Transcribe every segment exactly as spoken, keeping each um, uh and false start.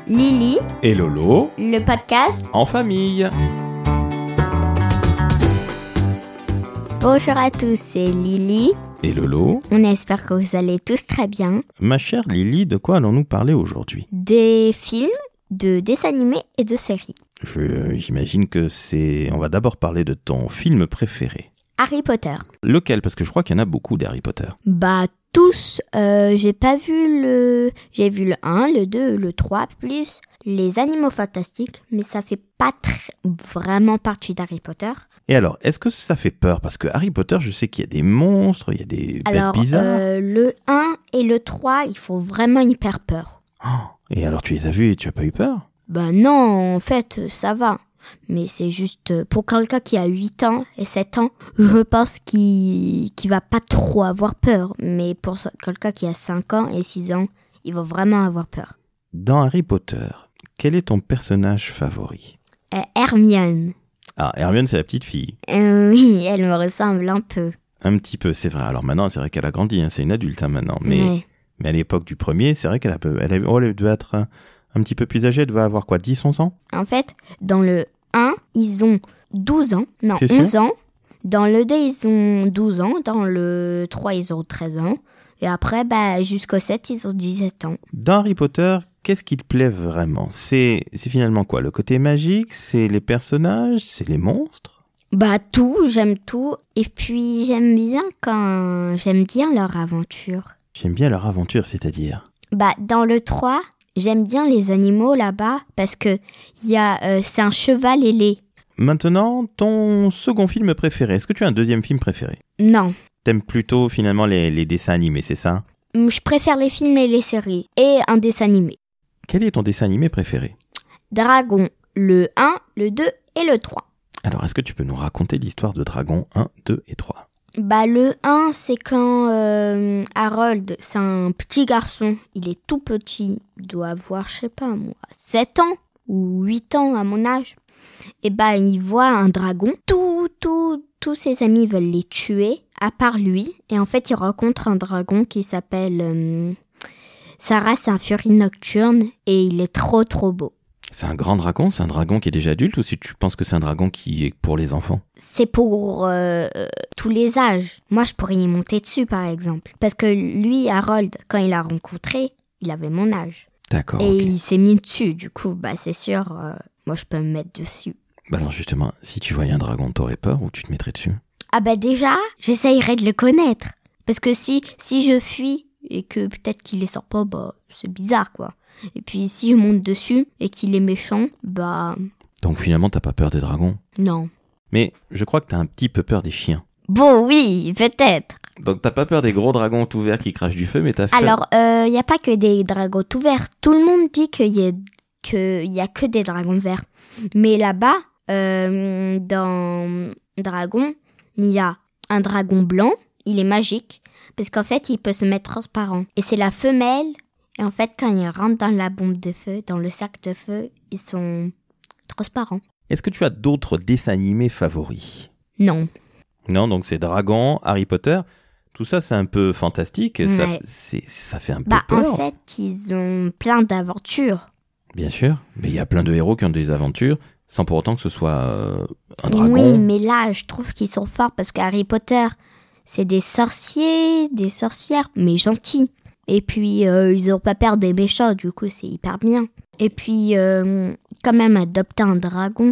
Lily et Lolo, le podcast en famille. Bonjour à tous, c'est Lily et Lolo. On espère que vous allez tous très bien. Ma chère Lily, de quoi allons-nous parler aujourd'hui? Des films, de dessins animés et de séries. Je, j'imagine que c'est... On va d'abord parler de ton film préféré. Harry Potter. Lequel? Parce que je crois qu'il y en a beaucoup d'Harry Potter. Bah tous, euh, j'ai pas vu le... J'ai vu le un, le deux, le trois, plus les animaux fantastiques, mais ça fait pas tr- vraiment partie d'Harry Potter. Et alors, est-ce que ça fait peur? Parce que Harry Potter, je sais qu'il y a des monstres, il y a des alors, bêtes bizarres. Euh, le un et le trois, ils font vraiment hyper peur. Oh, et alors, tu les as vus et tu as pas eu peur? Bah non, en fait, ça va. Mais c'est juste, pour quelqu'un qui a huit ans et sept ans, je pense qu'il qu'il va pas trop avoir peur. Mais pour quelqu'un qui a cinq ans et six ans, il va vraiment avoir peur. Dans Harry Potter, quel est ton personnage favori? Euh, Hermione. Ah, Hermione, c'est la petite fille. Euh, oui, elle me ressemble un peu. Un petit peu, c'est vrai. Alors maintenant, c'est vrai qu'elle a grandi, hein, c'est une adulte hein, maintenant. Mais, ouais. mais à l'époque du premier, c'est vrai qu'elle a peu, elle, a, oh, elle devait être un, un petit peu plus âgée, elle devait avoir quoi, dix, onze ans? En fait, dans le un, ils ont douze ans. Non, T'es onze sûr? ans. Dans le deux, ils ont douze ans. Dans le trois, ils ont treize ans. Et après, bah, jusqu'au sept, ils ont dix-sept ans. Dans Harry Potter, qu'est-ce qui te plaît vraiment? C'est, c'est finalement quoi? Le côté magique? C'est les personnages? C'est les monstres? Bah tout, j'aime tout. Et puis j'aime bien quand... J'aime bien leur aventure. J'aime bien leur aventure, c'est-à-dire? Bah dans le trois, j'aime bien les animaux là-bas parce que y a, euh, c'est un cheval ailé. Maintenant, ton second film préféré. Est-ce que tu as un deuxième film préféré? Non. T'aimes plutôt finalement les, les dessins animés, c'est ça? Je préfère les films et les séries. Et un dessin animé. Quel est ton dessin animé préféré? Dragon, le un, le deux et le trois. Alors, est-ce que tu peux nous raconter l'histoire de Dragon un, deux et trois? Bah le un, c'est quand euh, Harold, c'est un petit garçon. Il est tout petit. Il doit avoir, je sais pas moi, sept ans ou huit ans à mon âge. Et bah il voit un dragon. Tout, tout, tous ses amis veulent les tuer, à part lui. Et en fait, il rencontre un dragon qui s'appelle... Euh, sa race, c'est un furie nocturne. Et il est trop, trop beau. C'est un grand dragon? C'est un dragon qui est déjà adulte ou si tu penses que c'est un dragon qui est pour les enfants? C'est pour euh, euh, tous les âges. Moi, je pourrais y monter dessus, par exemple. Parce que lui, Harold, quand il l'a rencontré, il avait mon âge. D'accord, Et ok. il s'est mis dessus. Du coup, bah c'est sûr, euh, moi, je peux me mettre dessus. Bah alors justement, si tu voyais un dragon, t'aurais peur ou tu te mettrais dessus? Ah bah déjà, j'essayerais de le connaître. Parce que si, si je fuis et que peut-être qu'il les sort pas, bah c'est bizarre, quoi. Et puis si je monte dessus et qu'il est méchant, bah... Donc finalement, t'as pas peur des dragons? non. Mais je crois que t'as un petit peu peur des chiens. Bon, oui, peut-être. Donc t'as pas peur des gros dragons tout verts qui crachent du feu, mais t'as peur... Alors, il euh, n'y a pas que des dragons tout verts. Tout le monde dit qu'il y a, qu'il y a que des dragons verts. Mais là-bas, euh, dans Dragon, il y a un dragon blanc. Il est magique. Parce qu'en fait, il peut se mettre transparent. Et c'est la femelle. Et en fait, quand ils rentrent dans la bombe de feu, dans le cercle de feu, ils sont transparents. Est-ce que tu as d'autres dessins animés favoris? Non. Non, donc c'est Dragon, Harry Potter. Tout ça, c'est un peu fantastique. Ouais. Ça, c'est, ça fait un peu Bah, peur. en fait, ils ont plein d'aventures. Bien sûr. Mais il y a plein de héros qui ont des aventures sans pour autant que ce soit euh, un dragon. Oui, mais là, je trouve qu'ils sont forts parce qu'Harry Potter, c'est des sorciers, des sorcières, mais gentils. Et puis, euh, ils n'ont pas peur des méchants, du coup, c'est hyper bien. Et puis, euh, quand même, adopter un dragon,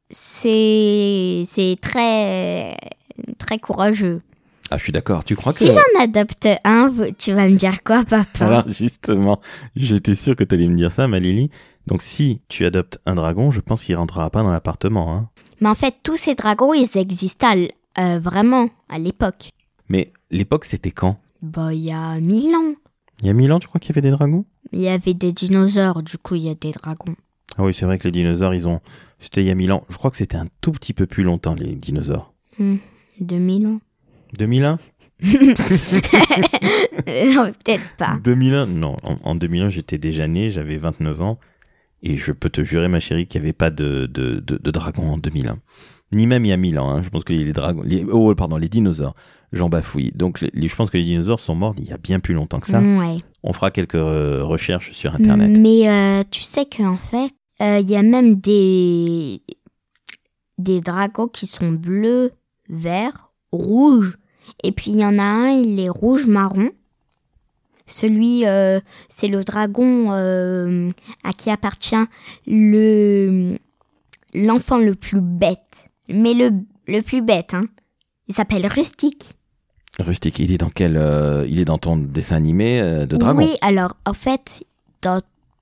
c'est, c'est très, très courageux. Ah, je suis d'accord. Tu crois que... Si j'en adopte un, tu vas me dire quoi, papa? Alors, justement, j'étais sûr que tu allais me dire ça, ma Lily. Donc, si tu adoptes un dragon, je pense qu'il rentrera pas dans l'appartement. Hein. Mais en fait, tous ces dragons, ils existaient euh, vraiment à l'époque. Mais l'époque, c'était quand? Bah, il y a mille ans. Il y a mille ans, tu crois qu'il y avait des dragons? Il y avait des dinosaures, du coup, il y a des dragons. Ah oui, c'est vrai que les dinosaures, ils ont... C'était il y a mille ans. Je crois que c'était un tout petit peu plus longtemps, les dinosaures. Hmm, deux mille ans. deux mille un? Non, peut-être pas. deux mille un? Non, en, en deux mille un, j'étais déjà né, j'avais vingt-neuf ans. Et je peux te jurer, ma chérie, qu'il n'y avait pas de, de, de, de dragons en deux mille un. Ni même il y a mille ans. Hein. Je pense que les dragons... Les, oh, pardon, les dinosaures. j'en bafouille. Donc les, je pense que les dinosaures sont morts il y a bien plus longtemps que ça. Ouais. On fera quelques euh, recherches sur Internet. Mais euh, tu sais qu'en fait, il euh, y a même des, des dragons qui sont bleus, verts, rouges. Et puis il y en a un, il est rouge-marron. Celui, euh, c'est le dragon euh, à qui appartient le, l'enfant le plus bête. Mais le, le plus bête, hein. Il s'appelle Rustique. Rustique, il est dans quel euh, il est dans ton dessin animé euh, de dragon? Oui, alors en fait, dans...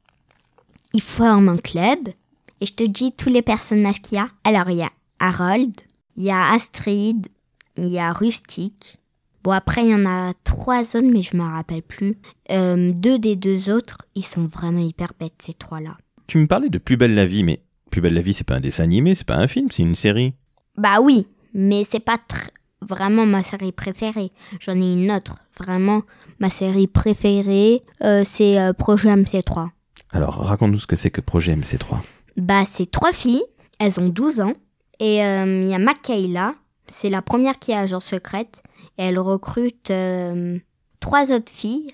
il forme un club et je te dis tous les personnages qu'il y a. Alors il y a Harold, il y a Astrid, il y a Rustique. Bon après il y en a trois autres mais je me rappelle plus. Euh, deux des deux autres, ils sont vraiment hyper bêtes ces trois-là. Tu me parlais de Plus belle la vie, mais Plus belle la vie c'est pas un dessin animé, c'est pas un film, c'est une série. Bah oui, mais c'est pas tr- vraiment ma série préférée. J'en ai une autre. Vraiment, ma série préférée, euh, c'est euh, Projet M C trois. Alors, raconte-nous ce que c'est que Projet M C trois. Bah, c'est trois filles. Elles ont douze ans. Et il euh, y a Makaila. C'est la première qui est agent secrète. Et elle recrute euh, trois autres filles.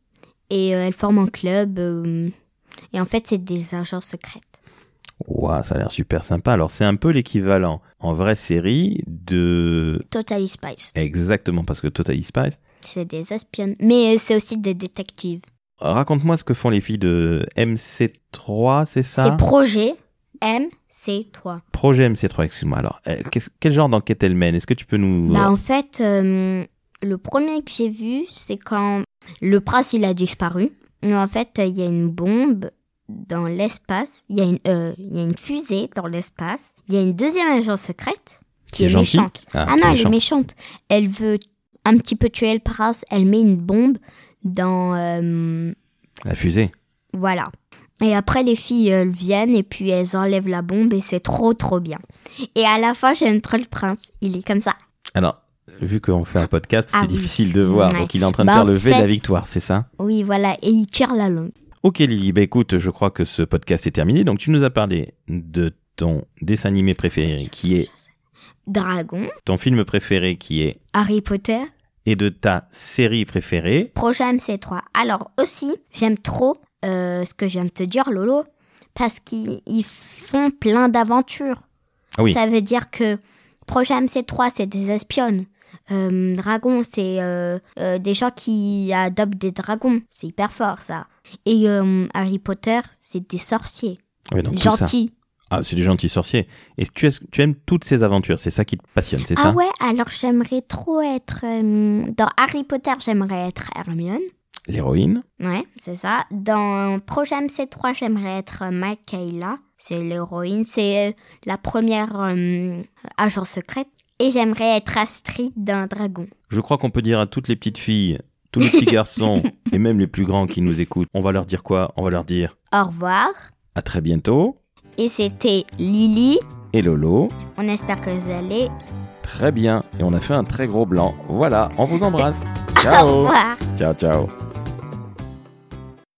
Et euh, elles forment un club. Euh, et en fait, c'est des agents secrètes. Waouh, ça a l'air super sympa. Alors, c'est un peu l'équivalent en vraie série de... Totally Spies. Exactement, parce que Totally Spies... C'est des espionnes. Mais c'est aussi des détectives. Raconte-moi ce que font les filles de M C trois, c'est ça? C'est Projet M C trois. Projet M C trois, excuse-moi. Alors, euh, quel genre d'enquête elle mène? Est-ce que tu peux nous... Bah, en fait, euh, le premier que j'ai vu, c'est quand le prince, il a disparu. Et en fait, il y a une bombe dans l'espace. Il y a une, euh, il y a une fusée dans l'espace. Il y a une deuxième agence secrète qui, qui est, est méchante. Ah, ah non, elle est méchante. Elle veut un petit peu tuer le prince. Elle met une bombe dans... Euh, la fusée. Voilà. Et après, les filles elles viennent et puis elles enlèvent la bombe et c'est trop, trop bien. Et à la fin, j'aime trop le prince. Il est comme ça. Alors, vu qu'on fait un podcast, ah, c'est oui. difficile de voir. Ouais. Donc, il est en train de bah, faire le V fait... de la victoire, c'est ça? Oui, voilà. Et il tire la langue. Ok, Lily. Bah, écoute, je crois que ce podcast est terminé. Donc, tu nous as parlé de ton dessin animé préféré qui est... Dragon. Ton film préféré qui est... Harry Potter. Et de ta série préférée. Projet M C trois. Alors aussi, j'aime trop euh, ce que je viens de te dire, Lolo, parce qu'ils ils font plein d'aventures. Ah oui. Ça veut dire que Projet M C trois, c'est des espionnes. Euh, Dragon, c'est euh, euh, des gens qui adoptent des dragons. C'est hyper fort, ça. Et euh, Harry Potter, c'est des sorciers. Oui, donc gentils. Ah, c'est des gentils sorciers. Et tu, es, tu aimes toutes ces aventures, c'est ça qui te passionne, c'est ah ça? Ah ouais, alors j'aimerais trop être... Euh, dans Harry Potter, j'aimerais être Hermione. L'héroïne? Ouais, c'est ça. Dans Projet M C trois, j'aimerais être Mikaela. C'est l'héroïne, c'est euh, la première euh, agent secrète. Et j'aimerais être Astrid d'un dragon. Je crois qu'on peut dire à toutes les petites filles, tous les petits garçons, et même les plus grands qui nous écoutent, on va leur dire quoi? On va leur dire... Au revoir. À très bientôt. Et c'était Lily et Lolo. On espère que vous allez très bien. Et on a fait un très gros blanc. Voilà, on vous embrasse. Ciao. Au revoir. Ciao, ciao.